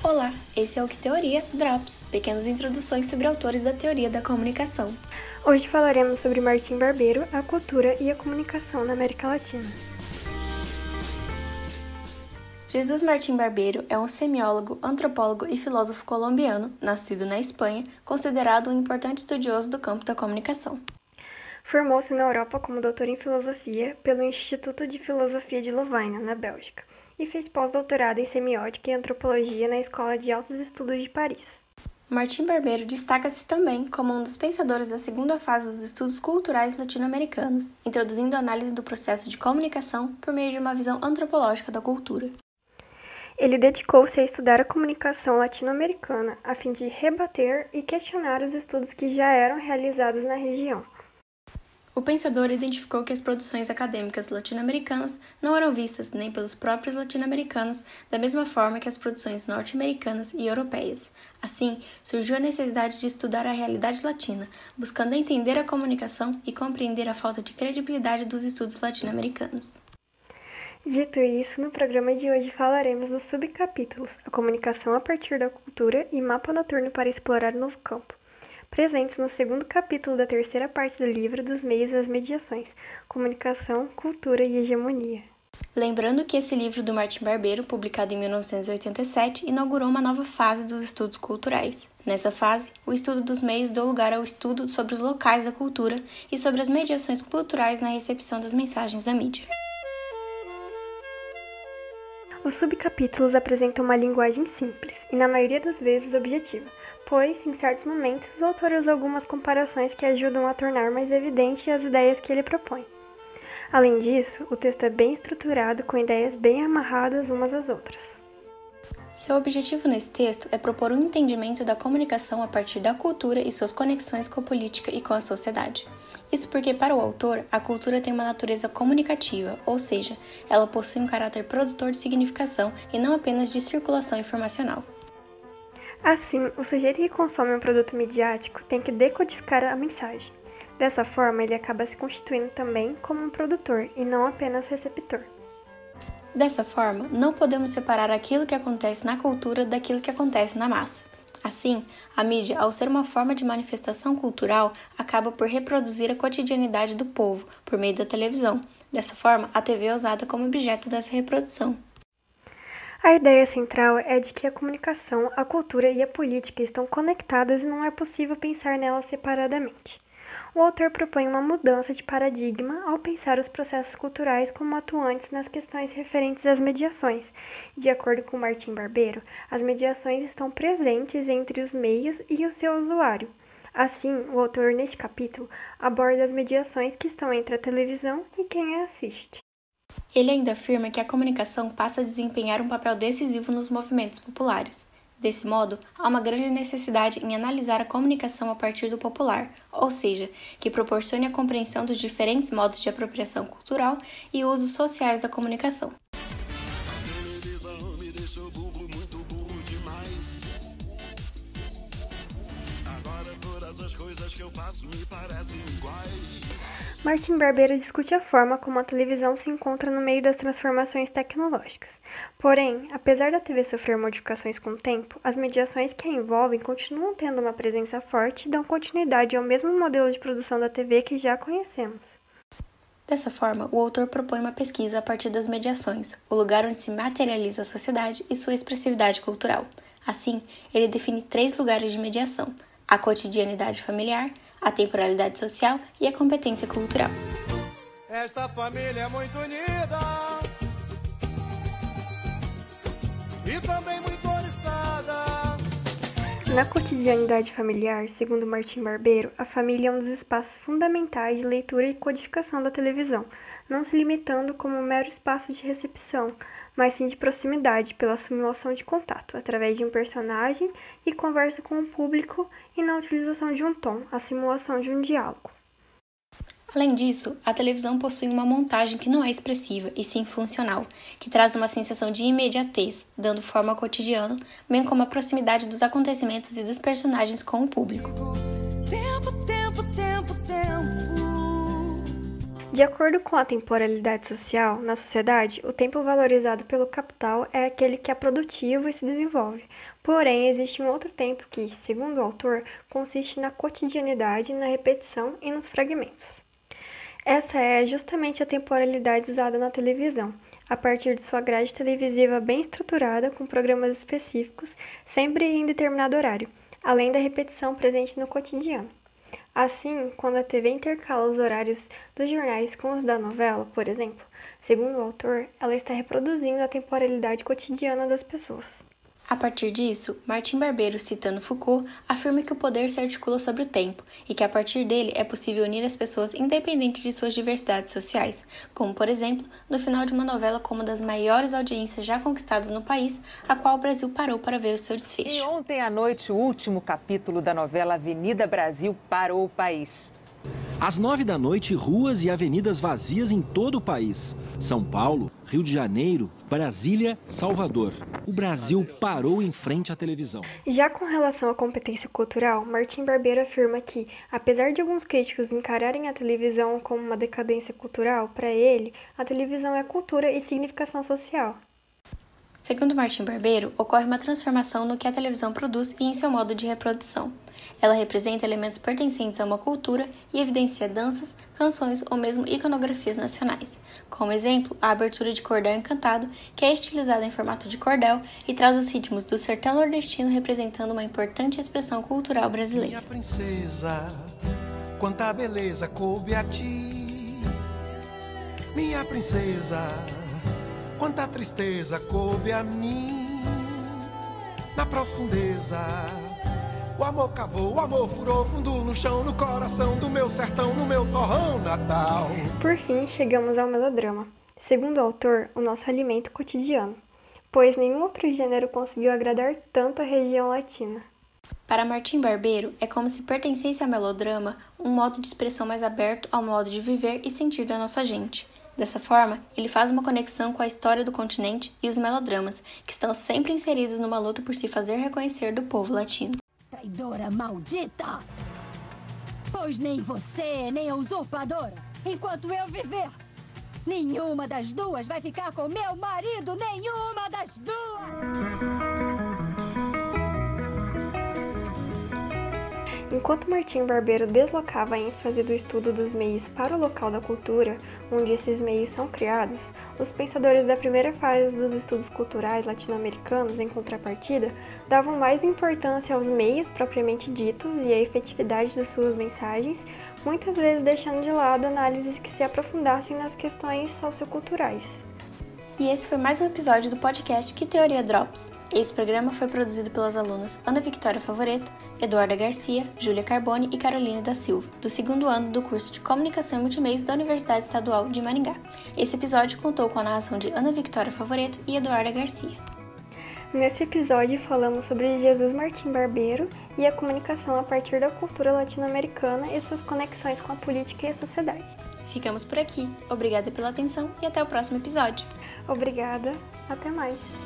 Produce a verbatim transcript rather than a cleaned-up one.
Olá, esse é o Que Teoria Drops, pequenas introduções sobre autores da teoria da comunicação. Hoje falaremos sobre Martim Barbeiro, a cultura e a comunicação na América Latina. Jesus Martim Barbeiro é um semiólogo, antropólogo e filósofo colombiano, nascido na Espanha, considerado um importante estudioso do campo da comunicação. Formou-se na Europa como doutor em filosofia pelo Instituto de Filosofia de Louvaina, na Bélgica, e fez pós-doutorado em semiótica e antropologia na Escola de Altos Estudos de Paris. Martim Barbeiro destaca-se também como um dos pensadores da segunda fase dos estudos culturais latino-americanos, introduzindo a análise do processo de comunicação por meio de uma visão antropológica da cultura. Ele dedicou-se a estudar a comunicação latino-americana, a fim de rebater e questionar os estudos que já eram realizados na região. O pensador identificou que as produções acadêmicas latino-americanas não eram vistas nem pelos próprios latino-americanos da mesma forma que as produções norte-americanas e europeias. Assim, surgiu a necessidade de estudar a realidade latina, buscando entender a comunicação e compreender a falta de credibilidade dos estudos latino-americanos. Dito isso, no programa de hoje falaremos dos subcapítulos A Comunicação a partir da Cultura e Mapa Noturno para explorar o Novo Campo, presentes no segundo capítulo da terceira parte do livro dos Meios e as Mediações, Comunicação, Cultura e Hegemonia. Lembrando que esse livro do Martim Barbeiro, publicado em mil novecentos e oitenta e sete, inaugurou uma nova fase dos estudos culturais. Nessa fase, o estudo dos meios deu lugar ao estudo sobre os locais da cultura e sobre as mediações culturais na recepção das mensagens da mídia. Os subcapítulos apresentam uma linguagem simples e, na maioria das vezes, objetiva, pois, em certos momentos, o autor usa algumas comparações que ajudam a tornar mais evidente as ideias que ele propõe. Além disso, o texto é bem estruturado, com ideias bem amarradas umas às outras. Seu objetivo nesse texto é propor um entendimento da comunicação a partir da cultura e suas conexões com a política e com a sociedade. Isso porque, para o autor, a cultura tem uma natureza comunicativa, ou seja, ela possui um caráter produtor de significação e não apenas de circulação informacional. Assim, o sujeito que consome um produto midiático tem que decodificar a mensagem. Dessa forma, ele acaba se constituindo também como um produtor e não apenas receptor. Dessa forma, não podemos separar aquilo que acontece na cultura daquilo que acontece na massa. Assim, a mídia, ao ser uma forma de manifestação cultural, acaba por reproduzir a cotidianidade do povo, por meio da televisão. Dessa forma, a T V é usada como objeto dessa reprodução. A ideia central é de que a comunicação, a cultura e a política estão conectadas e não é possível pensar nelas separadamente. O autor propõe uma mudança de paradigma ao pensar os processos culturais como atuantes nas questões referentes às mediações. De acordo com Martim Barbeiro, as mediações estão presentes entre os meios e o seu usuário. Assim, o autor, neste capítulo, aborda as mediações que estão entre a televisão e quem a assiste. Ele ainda afirma que a comunicação passa a desempenhar um papel decisivo nos movimentos populares. Desse modo, há uma grande necessidade em analisar a comunicação a partir do popular, ou seja, que proporcione a compreensão dos diferentes modos de apropriação cultural e usos sociais da comunicação. Martim Barbeiro discute a forma como a televisão se encontra no meio das transformações tecnológicas. Porém, apesar da T V sofrer modificações com o tempo, as mediações que a envolvem continuam tendo uma presença forte e dão continuidade ao mesmo modelo de produção da T V que já conhecemos. Dessa forma, o autor propõe uma pesquisa a partir das mediações, o lugar onde se materializa a sociedade e sua expressividade cultural. Assim, ele define três lugares de mediação: a cotidianidade familiar, a temporalidade social e a competência cultural. Esta família é muito unida e também muito oriçada. Na cotidianidade familiar, segundo Martim Barbeiro, a família é um dos espaços fundamentais de leitura e codificação da televisão, não se limitando como um mero espaço de recepção, mas sim de proximidade pela simulação de contato, através de um personagem e conversa com o público e na utilização de um tom, a simulação de um diálogo. Além disso, a televisão possui uma montagem que não é expressiva e sim funcional, que traz uma sensação de imediatez, dando forma ao cotidiano, bem como a proximidade dos acontecimentos e dos personagens com o público. Tempo, tempo, tempo, tempo. De acordo com a temporalidade social, na sociedade, o tempo valorizado pelo capital é aquele que é produtivo e se desenvolve. Porém, existe um outro tempo que, segundo o autor, consiste na cotidianidade, na repetição e nos fragmentos. Essa é justamente a temporalidade usada na televisão, a partir de sua grade televisiva bem estruturada, com programas específicos, sempre em determinado horário, além da repetição presente no cotidiano. Assim, quando a T V intercala os horários dos jornais com os da novela, por exemplo, segundo o autor, ela está reproduzindo a temporalidade cotidiana das pessoas. A partir disso, Martim Barbeiro, citando Foucault, afirma que o poder se articula sobre o tempo e que a partir dele é possível unir as pessoas independente de suas diversidades sociais, como, por exemplo, no final de uma novela com uma das maiores audiências já conquistadas no país, a qual o Brasil parou para ver o seu desfecho. E ontem à noite, o último capítulo da novela Avenida Brasil parou o país. Às nove da noite, ruas e avenidas vazias em todo o país. São Paulo, Rio de Janeiro, Brasília, Salvador. O Brasil parou em frente à televisão. Já com relação à competência cultural, Martim Barbeiro afirma que, apesar de alguns críticos encararem a televisão como uma decadência cultural, para ele, a televisão é cultura e significação social. Segundo Martim Barbeiro, ocorre uma transformação no que a televisão produz e em seu modo de reprodução. Ela representa elementos pertencentes a uma cultura e evidencia danças, canções ou mesmo iconografias nacionais. Como exemplo, a abertura de Cordel Encantado, que é estilizada em formato de cordel e traz os ritmos do sertão nordestino representando uma importante expressão cultural brasileira. Minha princesa, quanta beleza coube a ti. Minha princesa, quanta tristeza coube a mim. Na profundeza, o amor cavou, o amor furou fundo no chão, no coração do meu sertão, no meu torrão natal. Por fim, chegamos ao melodrama. Segundo o autor, o nosso alimento cotidiano, pois nenhum outro gênero conseguiu agradar tanto a região latina. Para Martim Barbeiro, é como se pertencesse ao melodrama um modo de expressão mais aberto ao modo de viver e sentir da nossa gente. Dessa forma, ele faz uma conexão com a história do continente e os melodramas, que estão sempre inseridos numa luta por se fazer reconhecer do povo latino. Traidora maldita! Pois nem você, nem a usurpadora, enquanto eu viver, nenhuma das duas vai ficar com meu marido, nenhuma das duas! Enquanto Martim Barbeiro deslocava a ênfase do estudo dos meios para o local da cultura, onde esses meios são criados, os pensadores da primeira fase dos estudos culturais latino-americanos, em contrapartida, davam mais importância aos meios propriamente ditos e à efetividade de suas mensagens, muitas vezes deixando de lado análises que se aprofundassem nas questões socioculturais. E esse foi mais um episódio do podcast Que Teoria Drops. Esse programa foi produzido pelas alunas Ana Victoria Favoreto, Eduarda Garcia, Júlia Carbone e Caroline da Silva, do segundo ano do curso de Comunicação e Multimeios da Universidade Estadual de Maringá. Esse episódio contou com a narração de Ana Victoria Favoreto e Eduarda Garcia. Nesse episódio falamos sobre Jesus Martim Barbeiro e a comunicação a partir da cultura latino-americana e suas conexões com a política e a sociedade. Ficamos por aqui. Obrigada pela atenção e até o próximo episódio. Obrigada. Até mais.